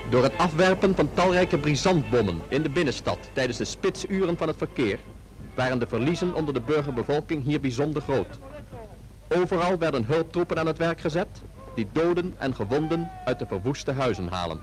Door het afwerpen van talrijke brisantbommen in de binnenstad tijdens de spitsuren van het verkeer waren de verliezen onder de burgerbevolking hier bijzonder groot. Overal werden hulptroepen aan het werk gezet die doden en gewonden uit de verwoeste huizen halen.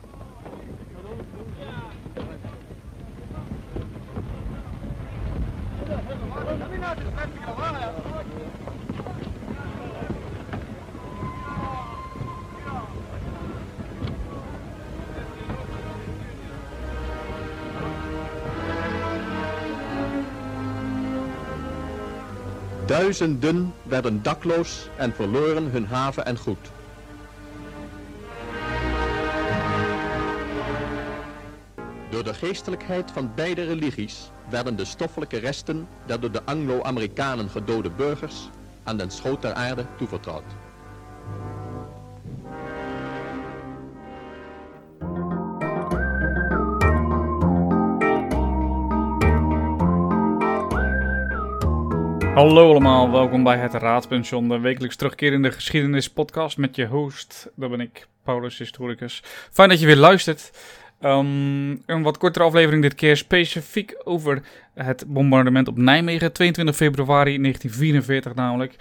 Duizenden werden dakloos en verloren hun haven en goed. Door de geestelijkheid van beide religies werden de stoffelijke resten der door de Anglo-Amerikanen gedode burgers aan den schoot der aarde toevertrouwd. Hallo allemaal, welkom bij het Raadpension, de wekelijks terugkerende geschiedenispodcast met je host. Dat ben ik, Paulus, historicus. Fijn dat je weer luistert. Een wat kortere aflevering dit keer specifiek over het bombardement op Nijmegen, 22 februari 1944 namelijk.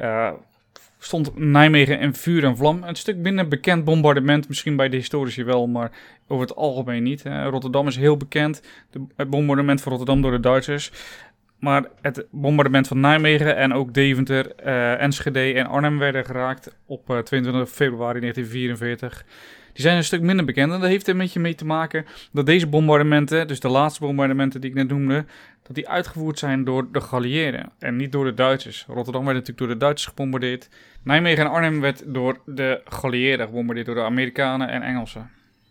Stond Nijmegen in vuur en vlam. Een stuk minder bekend bombardement, misschien bij de historici wel, maar over het algemeen niet. Rotterdam is heel bekend, het bombardement van Rotterdam door de Duitsers. Maar het bombardement van Nijmegen en ook Deventer, Enschede en Arnhem werden geraakt op 22 februari 1944. Die zijn een stuk minder bekend en dat heeft er een beetje mee te maken dat deze bombardementen, dus de laatste bombardementen die ik net noemde, dat die uitgevoerd zijn door de geallieerden en niet door de Duitsers. Rotterdam werd natuurlijk door de Duitsers gebombardeerd. Nijmegen en Arnhem werd door de geallieerden gebombardeerd, door de Amerikanen en Engelsen.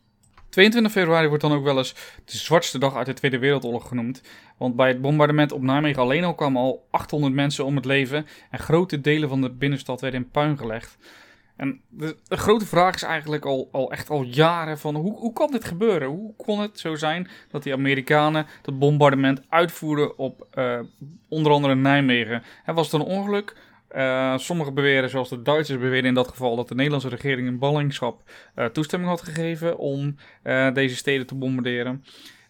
22 februari wordt dan ook wel eens de zwartste dag uit de Tweede Wereldoorlog genoemd. Want bij het bombardement op Nijmegen alleen al kwamen al 800 mensen om het leven. En grote delen van de binnenstad werden in puin gelegd. En de grote vraag is eigenlijk al jaren van hoe kan dit gebeuren? Hoe kon het zo zijn dat die Amerikanen dat bombardement uitvoerden op onder andere Nijmegen? Was het een ongeluk? Sommigen beweren, zoals de Duitsers beweren in dat geval, dat de Nederlandse regering in ballingschap toestemming had gegeven om deze steden te bombarderen.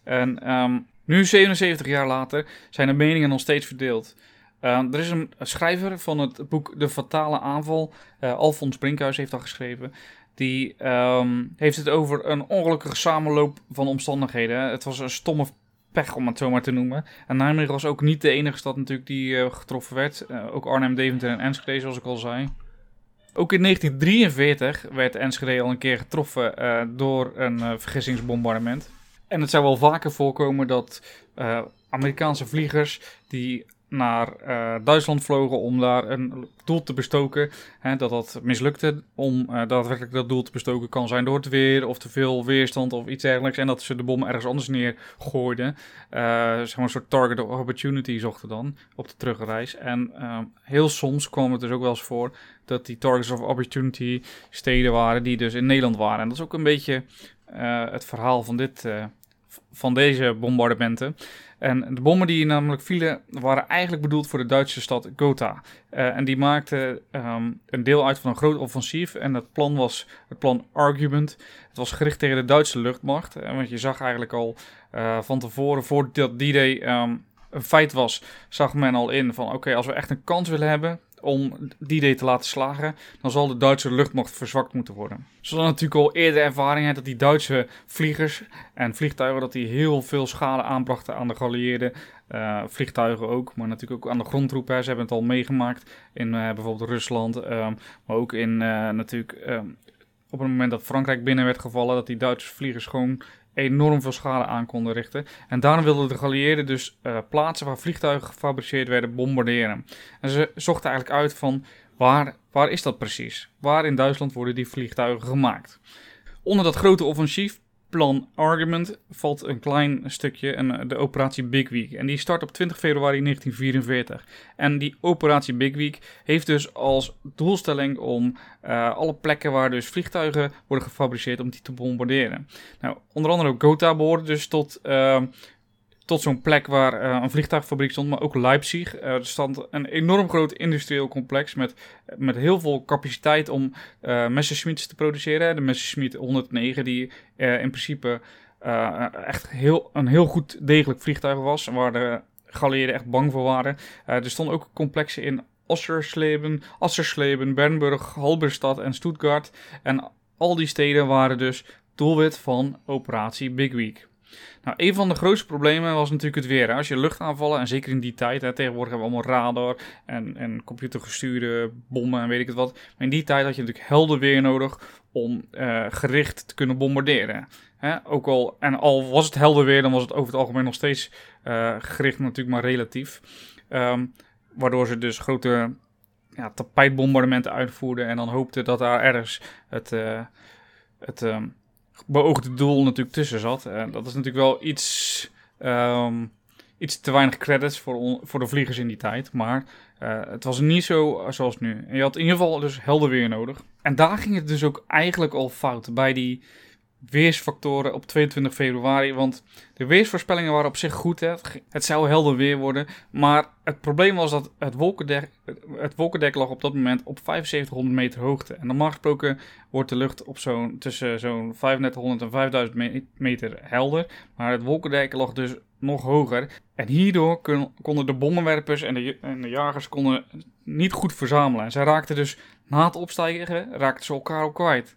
En nu, 77 jaar later, zijn de meningen nog steeds verdeeld. Er is een schrijver van het boek De Fatale Aanval, Alfons Brinkhuis heeft dat geschreven. Die heeft het over een ongelukkige samenloop van omstandigheden. Het was een stomme pech, om het zo maar te noemen. En Nijmegen was ook niet de enige stad natuurlijk die getroffen werd. Ook Arnhem, Deventer en Enschede, zoals ik al zei. Ook in 1943 werd Enschede al een keer getroffen door een vergissingsbombardement. En het zou wel vaker voorkomen dat Amerikaanse vliegers die naar Duitsland vlogen om daar een doel te bestoken, dat mislukte om daadwerkelijk dat doel te bestoken, kan zijn door het weer of te veel weerstand of iets dergelijks, en dat ze de bom ergens anders neergooiden. Zeg maar een soort target of opportunity zochten dan op de terugreis. En heel soms kwam het dus ook wel eens voor dat die targets of opportunity steden waren die dus in Nederland waren. En dat is ook een beetje het verhaal van deze bombardementen. En de bommen die namelijk vielen waren eigenlijk bedoeld voor de Duitse stad Gotha. En die maakten een deel uit van een groot offensief. En dat plan was het plan Argument. Het was gericht tegen de Duitse luchtmacht. Want je zag eigenlijk al van tevoren, voordat D-Day een feit was, zag men al in van oké, als we echt een kans willen hebben om D-Day te laten slagen, dan zal de Duitse luchtmacht verzwakt moeten worden. Ze hadden natuurlijk al eerder ervaring dat die Duitse vliegers en vliegtuigen dat die heel veel schade aanbrachten aan de geallieerde vliegtuigen ook, maar natuurlijk ook aan de grondtroepen. Ze hebben het al meegemaakt in bijvoorbeeld Rusland, maar ook in op het moment dat Frankrijk binnen werd gevallen, dat die Duitse vliegers gewoon enorm veel schade aan konden richten. En daarom wilden de geallieerden dus plaatsen waar vliegtuigen gefabriceerd werden bombarderen. En ze zochten eigenlijk uit van waar is dat precies? Waar in Duitsland worden die vliegtuigen gemaakt? Onder dat grote offensief, plan Argument, valt een klein stukje, de operatie Big Week. En die start op 20 februari 1944. En die operatie Big Week heeft dus als doelstelling om alle plekken waar dus vliegtuigen worden gefabriceerd, om die te bombarderen. Nou, onder andere ook Gotha behoorde dus tot tot zo'n plek waar een vliegtuigfabriek stond, maar ook Leipzig. Er stond een enorm groot industrieel complex met heel veel capaciteit om Messerschmitts te produceren. De Messerschmitt 109 die in principe echt een heel goed degelijk vliegtuig was, waar de geallieerden echt bang voor waren. Er stonden ook complexen in Assersleben, Bernburg, Halberstadt en Stuttgart. En al die steden waren dus doelwit van operatie Big Week. Nou, een van de grootste problemen was natuurlijk het weer. Hè. Als je luchtaanvallen, en zeker in die tijd, hè, tegenwoordig hebben we allemaal radar en computergestuurde bommen en weet ik het wat. Maar in die tijd had je natuurlijk helder weer nodig om gericht te kunnen bombarderen. Hè. Al was het helder weer, dan was het over het algemeen nog steeds gericht natuurlijk maar relatief. Waardoor ze dus grote tapijtbombardementen uitvoerden en dan hoopten dat daar ergens het beoogde doel natuurlijk tussen zat. Dat is natuurlijk wel iets te weinig credits voor de vliegers in die tijd. Maar het was niet zo zoals nu. En je had in ieder geval dus helder weer nodig. En daar ging het dus ook eigenlijk al fout bij die weersfactoren op 22 februari. Want de weersvoorspellingen waren op zich goed. Hè. Het zou helder weer worden. Maar het probleem was dat het wolkendek lag op dat moment op 7500 meter hoogte. En normaal gesproken wordt de lucht op tussen zo'n 3500 en 5000 meter helder. Maar het wolkendek lag dus nog hoger. En hierdoor konden de bommenwerpers en de jagers niet goed verzamelen. En zij raakten dus na het opstijgen ze elkaar ook kwijt.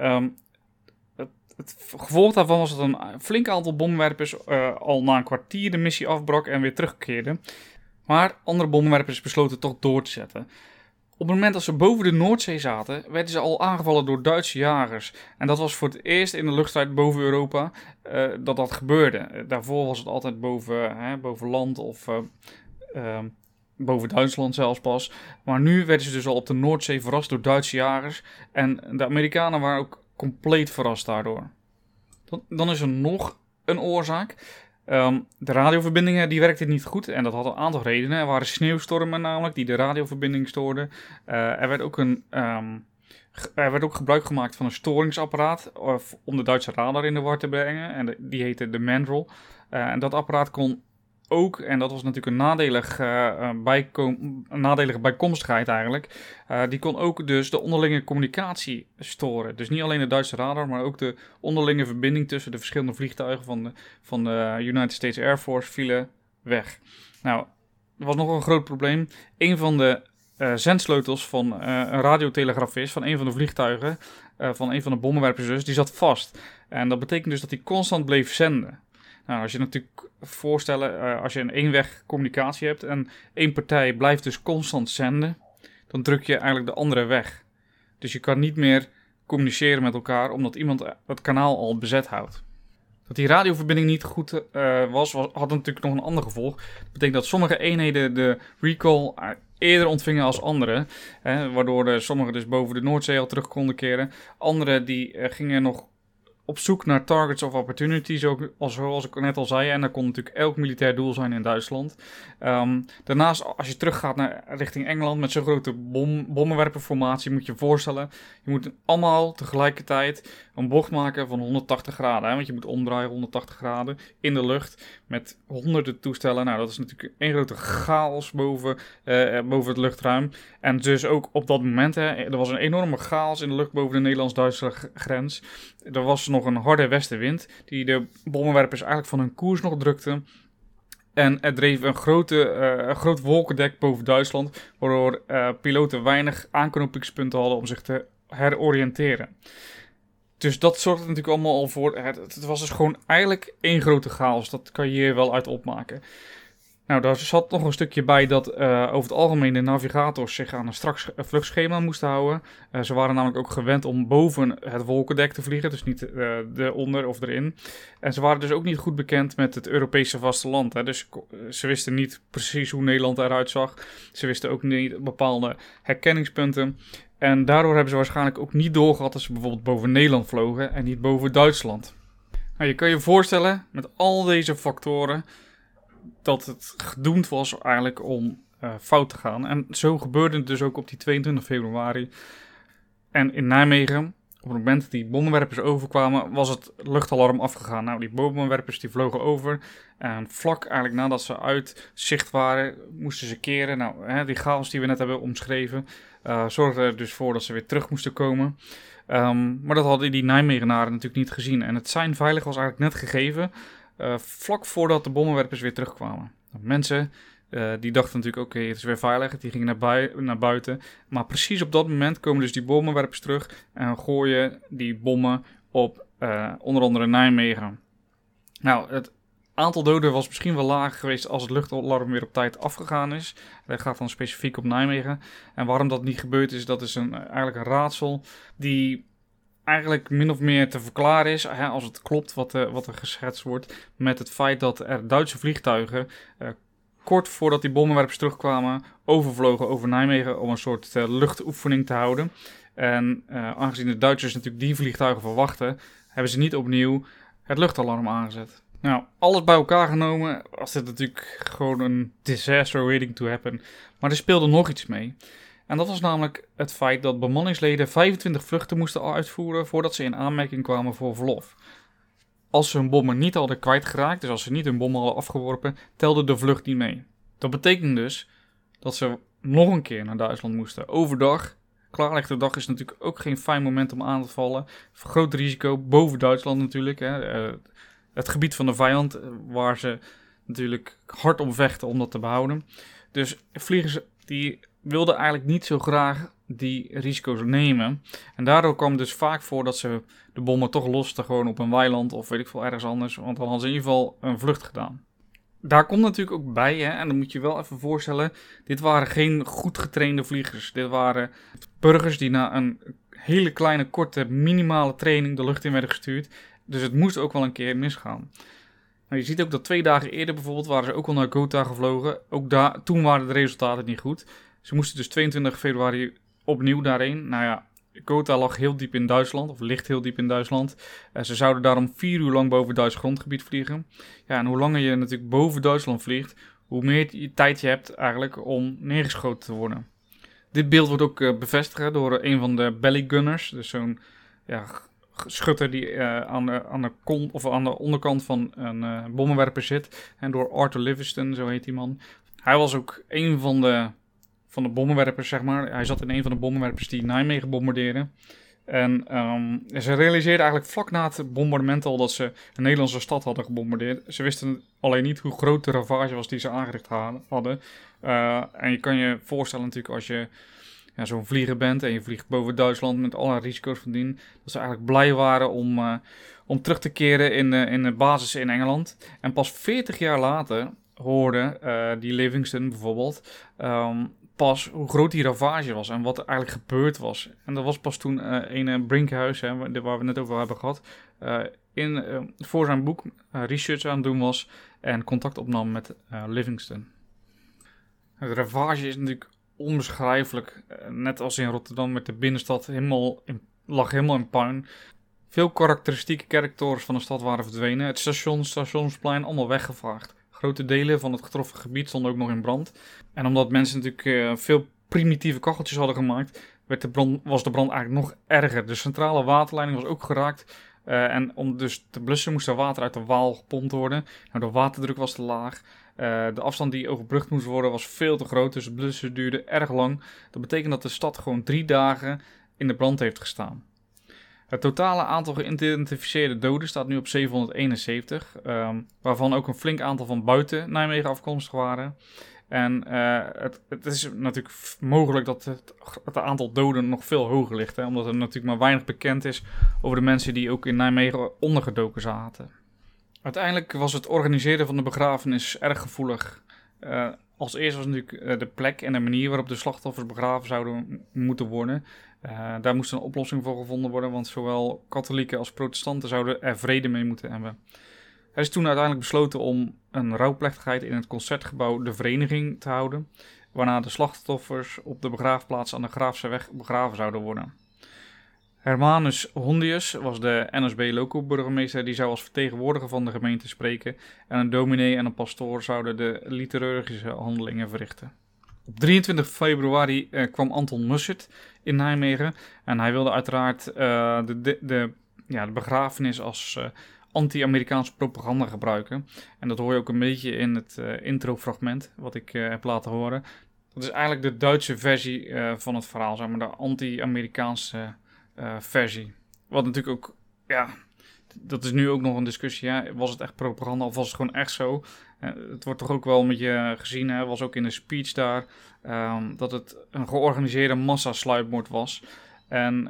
Het gevolg daarvan was dat een flink aantal bommenwerpers al na een kwartier de missie afbrak en weer terugkeerden. Maar andere bommenwerpers besloten toch door te zetten. Op het moment dat ze boven de Noordzee zaten, werden ze al aangevallen door Duitse jagers. En dat was voor het eerst in de luchtstrijd boven Europa dat gebeurde. Daarvoor was het altijd boven land of boven Duitsland zelfs pas. Maar nu werden ze dus al op de Noordzee verrast door Duitse jagers. En de Amerikanen waren ook compleet verrast daardoor. Dan is er nog een oorzaak. De radioverbindingen die werkten niet goed en dat had een aantal redenen. Er waren sneeuwstormen namelijk die de radioverbinding stoorden. Er werd ook gebruik gemaakt van een storingsapparaat om de Duitse radar in de war te brengen. En die heette de Mandrel. En dat apparaat kon ook, en dat was natuurlijk een nadelige bijkomstigheid eigenlijk, die kon ook dus de onderlinge communicatie storen. Dus niet alleen de Duitse radar, maar ook de onderlinge verbinding tussen de verschillende vliegtuigen van de United States Air Force vielen weg. Nou, er was nog een groot probleem. Een van de zendsleutels van een radiotelegrafist van een van de vliegtuigen, van een van de bommenwerpers dus, die zat vast. En dat betekent dus dat hij constant bleef zenden. Nou, als je natuurlijk voorstellen, als je een eenweg communicatie hebt en één partij blijft dus constant zenden, dan druk je eigenlijk de andere weg. Dus je kan niet meer communiceren met elkaar omdat iemand het kanaal al bezet houdt. Dat die radioverbinding niet goed had natuurlijk nog een ander gevolg. Dat betekent dat sommige eenheden de recall eerder ontvingen als andere, waardoor sommigen dus boven de Noordzee al terug konden keren. Anderen die gingen nog op zoek naar targets of opportunities, zoals ik net al zei. En dat kon natuurlijk elk militair doel zijn in Duitsland. Daarnaast, als je teruggaat richting Engeland met zo'n grote bommenwerperformatie, moet je je voorstellen, je moet allemaal tegelijkertijd een bocht maken van 180 graden. Hè, want je moet omdraaien 180 graden in de lucht met honderden toestellen. Nou, dat is natuurlijk één grote chaos boven het luchtruim. En dus ook op dat moment, er was een enorme chaos in de lucht boven de Nederlands-Duitse grens. Er was nog een harde westenwind die de bommenwerpers eigenlijk van hun koers nog drukte. En er dreef een groot wolkendek boven Duitsland, waardoor piloten weinig aanknopingspunten hadden om zich te heroriënteren. Dus dat zorgde natuurlijk allemaal al voor. Het was dus gewoon eigenlijk één grote chaos. Dat kan je hier wel uit opmaken. Nou, daar zat nog een stukje bij dat over het algemeen de navigators zich aan een strak vluchtschema moesten houden. Ze waren namelijk ook gewend om boven het wolkendek te vliegen, dus niet eronder of erin. En ze waren dus ook niet goed bekend met het Europese vasteland. Hè. Dus ze wisten niet precies hoe Nederland eruit zag. Ze wisten ook niet bepaalde herkenningspunten. En daardoor hebben ze waarschijnlijk ook niet doorgehad dat ze bijvoorbeeld boven Nederland vlogen en niet boven Duitsland. Nou, je kan je voorstellen met al deze factoren dat het gedoemd was eigenlijk om fout te gaan. En zo gebeurde het dus ook op die 22 februari. En in Nijmegen, Op het moment dat die bommenwerpers overkwamen, was het luchtalarm afgegaan. Nou, die bommenwerpers die vlogen over. En vlak eigenlijk nadat ze uit zicht waren, moesten ze keren. Nou, die chaos die we net hebben omschreven, zorgde er dus voor dat ze weer terug moesten komen. Maar dat hadden die Nijmegenaren natuurlijk niet gezien. En het sein veilig was eigenlijk net gegeven, vlak voordat de bommenwerpers weer terugkwamen. Mensen die dachten natuurlijk, oké, het is weer veilig. Die gingen naar buiten. Maar precies op dat moment komen dus die bommenwerpers terug en gooien die bommen op onder andere Nijmegen. Nou, het aantal doden was misschien wel lager geweest als het luchtalarm weer op tijd afgegaan is. Dat gaat dan specifiek op Nijmegen. En waarom dat niet gebeurd is, dat is eigenlijk een raadsel die eigenlijk min of meer te verklaren is, als het klopt wat er geschetst wordt, met het feit dat er Duitse vliegtuigen kort voordat die bommenwerpers terugkwamen overvlogen over Nijmegen om een soort luchtoefening te houden. En aangezien de Duitsers natuurlijk die vliegtuigen verwachten, hebben ze niet opnieuw het luchtalarm aangezet. Nou, alles bij elkaar genomen was dit natuurlijk gewoon een disaster waiting to happen. Maar er speelde nog iets mee. En dat was namelijk het feit dat bemanningsleden 25 vluchten moesten uitvoeren voordat ze in aanmerking kwamen voor verlof. Als ze hun bommen niet hadden kwijtgeraakt, dus als ze niet hun bommen hadden afgeworpen, telde de vlucht niet mee. Dat betekent dus dat ze nog een keer naar Duitsland moesten. Overdag, klaarlichte dag is natuurlijk ook geen fijn moment om aan te vallen. Groot risico, boven Duitsland natuurlijk. Het gebied van de vijand, waar ze natuurlijk hard om vechten om dat te behouden. Dus vliegers die wilden eigenlijk niet zo graag die risico's nemen. En daardoor kwam het dus vaak voor dat ze de bommen toch losten gewoon op een weiland of weet ik veel ergens anders. Want dan hadden ze in ieder geval een vlucht gedaan. Daar komt natuurlijk ook bij, en dan moet je wel even voorstellen, dit waren geen goed getrainde vliegers. Dit waren burgers die na een hele kleine, korte, minimale training de lucht in werden gestuurd. Dus het moest ook wel een keer misgaan. Nou, je ziet ook dat 2 dagen eerder bijvoorbeeld waren ze ook al naar Gotha gevlogen. Ook toen waren de resultaten niet goed. Ze moesten dus 22 februari opnieuw daarheen. Nou ja, Gotha lag heel diep in Duitsland, of ligt heel diep in Duitsland. Ze zouden daarom 4 uur lang boven Duits grondgebied vliegen. Ja, en hoe langer je natuurlijk boven Duitsland vliegt, hoe meer tijd je hebt eigenlijk om neergeschoten te worden. Dit beeld wordt ook bevestigd door een van de belly gunners, dus zo'n schutter die aan de onderkant van een bommenwerper zit. En door Arthur Livingston, zo heet die man. Hij was ook een van de bommenwerpers, zeg maar. Hij zat in een van de bommenwerpers die Nijmegen bombardeerden. En ze realiseerden eigenlijk vlak na het bombardement al dat ze een Nederlandse stad hadden gebombardeerd. Ze wisten alleen niet hoe groot de ravage was die ze aangericht hadden. En je kan je voorstellen natuurlijk als je zo'n vlieger bent en je vliegt boven Duitsland met alle risico's van dien, dat ze eigenlijk blij waren om terug te keren in de basis in Engeland. En pas 40 jaar later hoorde die Livingston bijvoorbeeld pas hoe groot die ravage was en wat er eigenlijk gebeurd was. En dat was pas toen een Brinkhuis, waar we het net over hebben gehad, voor zijn boek research aan het doen was en contact opnam met Livingston. De ravage is natuurlijk onbeschrijfelijk. Net als in Rotterdam met de binnenstad lag helemaal in puin. Veel karakteristieke kerktorens van de stad waren verdwenen. Het stationsplein allemaal weggevaagd. Grote delen van het getroffen gebied stonden ook nog in brand. En omdat mensen natuurlijk veel primitieve kacheltjes hadden gemaakt, was de brand eigenlijk nog erger. De centrale waterleiding was ook geraakt. En om dus te blussen moest er water uit de Waal gepompt worden. Nou, de waterdruk was te laag. De afstand die overbrugd moest worden was veel te groot, dus het blussen duurde erg lang. Dat betekent dat de stad gewoon 3 dagen in de brand heeft gestaan. Het totale aantal geïdentificeerde doden staat nu op 771, waarvan ook een flink aantal van buiten Nijmegen afkomstig waren. En het is natuurlijk mogelijk dat het aantal doden nog veel hoger ligt, omdat er natuurlijk maar weinig bekend is over de mensen die ook in Nijmegen ondergedoken zaten. Uiteindelijk was het organiseren van de begrafenis erg gevoelig. Als eerste was natuurlijk de plek en de manier waarop de slachtoffers begraven zouden moeten worden. Daar moest een oplossing voor gevonden worden, want zowel katholieken als protestanten zouden er vrede mee moeten hebben. Er is toen uiteindelijk besloten om een rouwplechtigheid in het concertgebouw De Vereniging te houden, waarna de slachtoffers op de begraafplaats aan de Graafseweg begraven zouden worden. Hermanus Hondius was de NSB-loco-burgemeester, die zou als vertegenwoordiger van de gemeente spreken en een dominee en een pastoor zouden de liturgische handelingen verrichten. Op 23 februari kwam Anton Mussert in Nijmegen. En hij wilde uiteraard de begrafenis als anti-Amerikaanse propaganda gebruiken. En dat hoor je ook een beetje in het introfragment wat ik heb laten horen. Dat is eigenlijk de Duitse versie van het verhaal, zeg maar, de anti-Amerikaanse versie. Wat natuurlijk ook, dat is nu ook nog een discussie. Ja, was het echt propaganda of was het gewoon echt zo? Het wordt toch ook wel een beetje gezien, hè, was ook in de speech daar, dat het een georganiseerde massasluipmoord was. En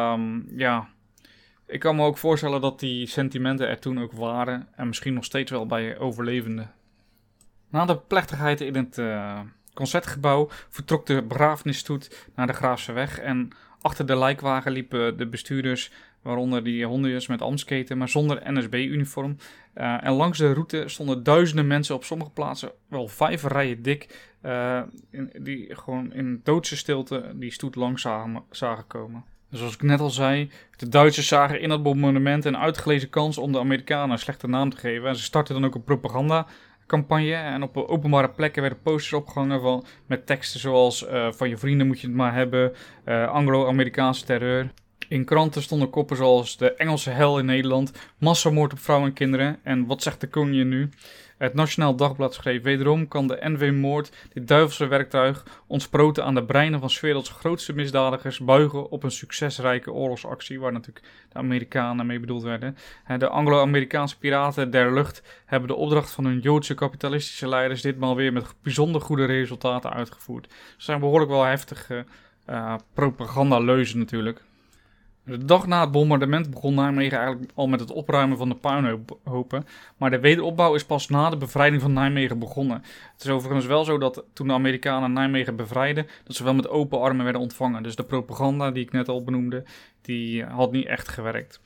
ik kan me ook voorstellen dat die sentimenten er toen ook waren en misschien nog steeds wel bij overlevenden. Na de plechtigheid in het concertgebouw vertrok de begrafenisstoet naar de Graafseweg en achter de lijkwagen liepen de bestuurders, waaronder die hondenjas met amsketen, maar zonder NSB-uniform. En langs de route stonden duizenden mensen, op sommige plaatsen wel 5 rijen dik, die gewoon in doodse stilte die stoet langs zagen komen. Dus zoals ik net al zei, de Duitsers zagen in dat bombardement een uitgelezen kans om de Amerikanen een slechte naam te geven. En ze startten dan ook een propagandacampagne en op openbare plekken werden posters opgehangen met teksten zoals van je vrienden moet je het maar hebben, Anglo-Amerikaanse terreur. In kranten stonden koppen zoals de Engelse hel in Nederland, massamoord op vrouwen en kinderen en wat zegt de koningin nu? Het Nationaal Dagblad schreef: wederom kan de NV-moord, dit duivelse werktuig, ontsproten aan de breinen van 's werelds grootste misdadigers, buigen op een succesrijke oorlogsactie, waar natuurlijk de Amerikanen mee bedoeld werden. De Anglo-Amerikaanse piraten der lucht hebben de opdracht van hun Joodse kapitalistische leiders ditmaal weer met bijzonder goede resultaten uitgevoerd. Ze zijn behoorlijk wel heftige propagandaleuzen natuurlijk. De dag na het bombardement begon Nijmegen eigenlijk al met het opruimen van de puinhopen. Maar de wederopbouw is pas na de bevrijding van Nijmegen begonnen. Het is overigens wel zo dat toen de Amerikanen Nijmegen bevrijden, dat ze wel met open armen werden ontvangen. Dus de propaganda die ik net al benoemde, die had niet echt gewerkt.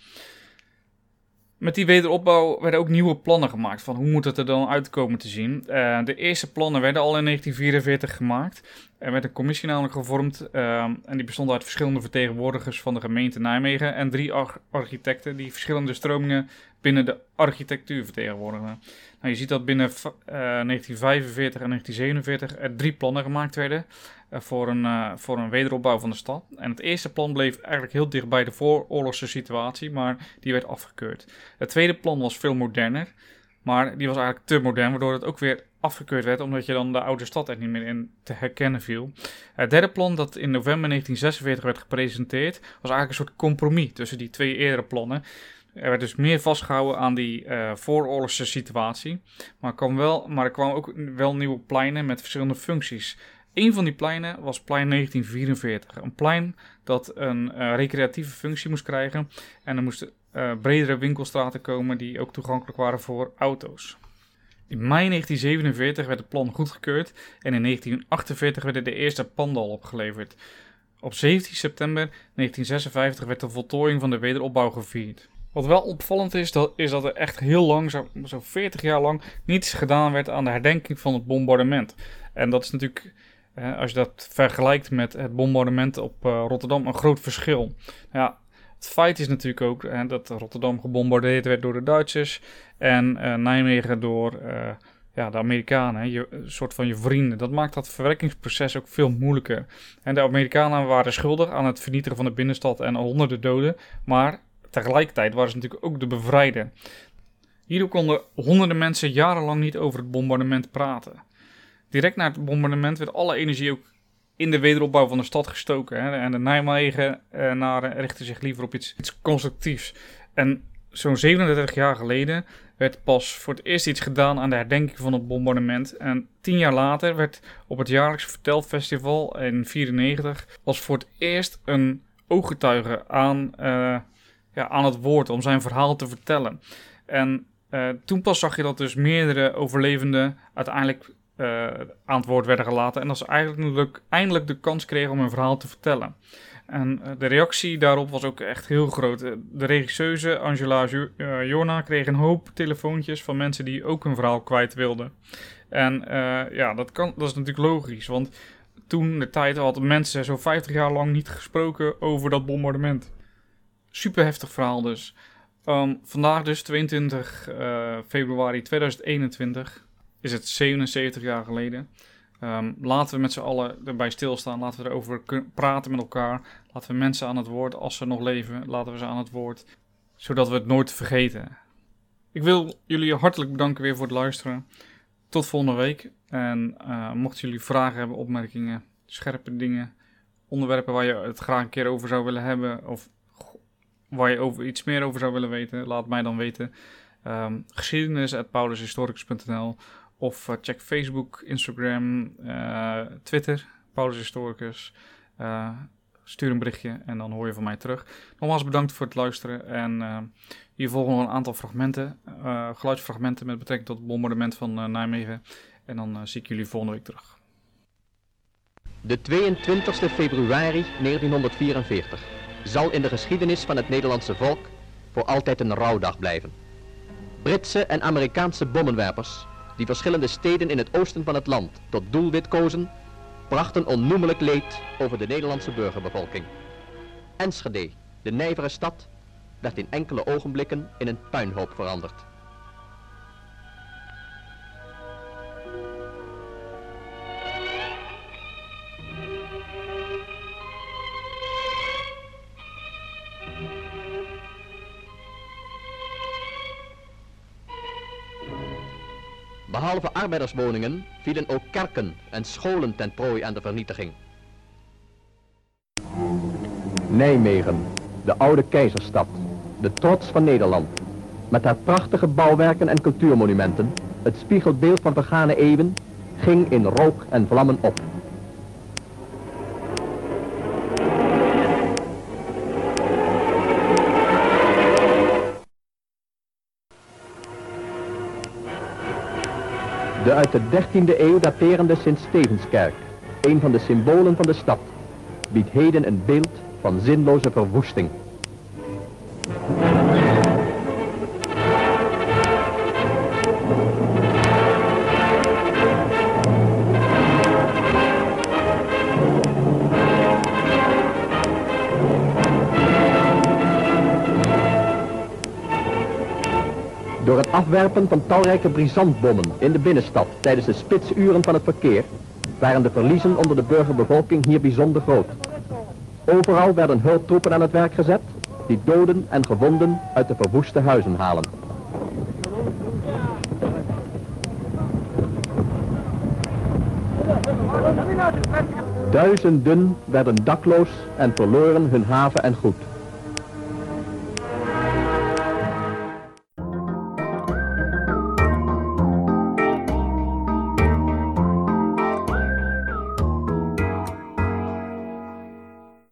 Met die wederopbouw werden ook nieuwe plannen gemaakt van hoe moet het er dan uitkomen te zien. De eerste plannen werden al in 1944 gemaakt. Er werd een commissie namelijk gevormd en die bestond uit verschillende vertegenwoordigers van de gemeente Nijmegen en 3 architecten die verschillende stromingen binnen de architectuur vertegenwoordigden. Nou, je ziet dat binnen 1945 en 1947 er 3 plannen gemaakt werden voor een wederopbouw van de stad. En het eerste plan bleef eigenlijk heel dicht bij de vooroorlogse situatie, maar die werd afgekeurd. Het tweede plan was veel moderner, maar die was eigenlijk te modern, waardoor het ook weer afgekeurd werd, omdat je dan de oude stad er niet meer in te herkennen viel. Het derde plan, dat in november 1946 werd gepresenteerd, was eigenlijk een soort compromis tussen die 2 eerdere plannen. Er werd dus meer vastgehouden aan die vooroorlogse situatie, maar er kwamen ook wel nieuwe pleinen met verschillende functies. Een van die pleinen was plein 1944. Een plein dat een recreatieve functie moest krijgen. En er moesten bredere winkelstraten komen die ook toegankelijk waren voor auto's. In mei 1947 werd het plan goedgekeurd en in 1948 werden de eerste panden al opgeleverd. Op 17 september 1956 werd de voltooiing van de wederopbouw gevierd. Wat wel opvallend is dat er echt heel lang, zo 40 jaar lang, niets gedaan werd aan de herdenking van het bombardement. En dat is natuurlijk, als je dat vergelijkt met het bombardement op Rotterdam, een groot verschil. Ja, het feit is natuurlijk ook dat Rotterdam gebombardeerd werd door de Duitsers en Nijmegen door de Amerikanen, een soort van je vrienden. Dat maakt dat verwerkingsproces ook veel moeilijker. En de Amerikanen waren schuldig aan het vernietigen van de binnenstad en honderden doden, maar tegelijkertijd waren ze natuurlijk ook de bevrijden. Hierdoor konden honderden mensen jarenlang niet over het bombardement praten. Direct na het bombardement werd alle energie ook in de wederopbouw van de stad gestoken. Hè? En de Nijmegenaren richtten zich liever op iets constructiefs. En zo'n 37 jaar geleden werd pas voor het eerst iets gedaan aan de herdenking van het bombardement. En 10 jaar later werd op het jaarlijkse Vertelfestival in 1994 was voor het eerst een ooggetuige aan het woord om zijn verhaal te vertellen. En toen pas zag je dat dus meerdere overlevenden uiteindelijk aan het woord werden gelaten. En dat ze eigenlijk eindelijk de kans kregen om hun verhaal te vertellen. En de reactie daarop was ook echt heel groot. De regisseuse Angela Jorna kreeg een hoop telefoontjes van mensen die ook hun verhaal kwijt wilden. En dat is natuurlijk logisch, want toen de tijd hadden mensen zo 50 jaar lang niet gesproken over dat bombardement. Super heftig verhaal dus. Vandaag dus 22 februari 2021 is het 77 jaar geleden. Laten we met z'n allen erbij stilstaan. Laten we erover praten met elkaar. Laten we mensen aan het woord, als ze nog leven, laten we ze aan het woord. Zodat we het nooit vergeten. Ik wil jullie hartelijk bedanken weer voor het luisteren. Tot volgende week. En mochten jullie vragen hebben, opmerkingen, scherpe dingen, onderwerpen waar je het graag een keer over zou willen hebben, of waar je over iets meer over zou willen weten, laat mij dan weten. Geschiedenis@paulushistoricus.nl of check Facebook, Instagram, Twitter, Paulus Historicus. Stuur een berichtje en dan hoor je van mij terug. Nogmaals bedankt voor het luisteren. En hier volgen nog een aantal fragmenten, geluidsfragmenten met betrekking tot het bombardement van Nijmegen. En dan zie ik jullie volgende week terug. De 22 februari 1944 zal in de geschiedenis van het Nederlandse volk voor altijd een rouwdag blijven. Britse en Amerikaanse bommenwerpers, die verschillende steden in het oosten van het land tot doelwit kozen, brachten onnoemelijk leed over de Nederlandse burgerbevolking. Enschede, de nijvere stad, werd in enkele ogenblikken in een puinhoop veranderd. Behalve arbeiderswoningen vielen ook kerken en scholen ten prooi aan de vernietiging. Nijmegen, de oude keizerstad, de trots van Nederland. Met haar prachtige bouwwerken en cultuurmonumenten, het spiegelbeeld van vergane eeuwen, ging in rook en vlammen op. De uit de 13e eeuw daterende Sint-Stevenskerk, een van de symbolen van de stad, biedt heden een beeld van zinloze verwoesting. Door het afwerpen van talrijke brisantbommen in de binnenstad tijdens de spitsuren van het verkeer waren de verliezen onder de burgerbevolking hier bijzonder groot. Overal werden hulptroepen aan het werk gezet die doden en gewonden uit de verwoeste huizen halen. Duizenden werden dakloos en verloren hun haven en goed.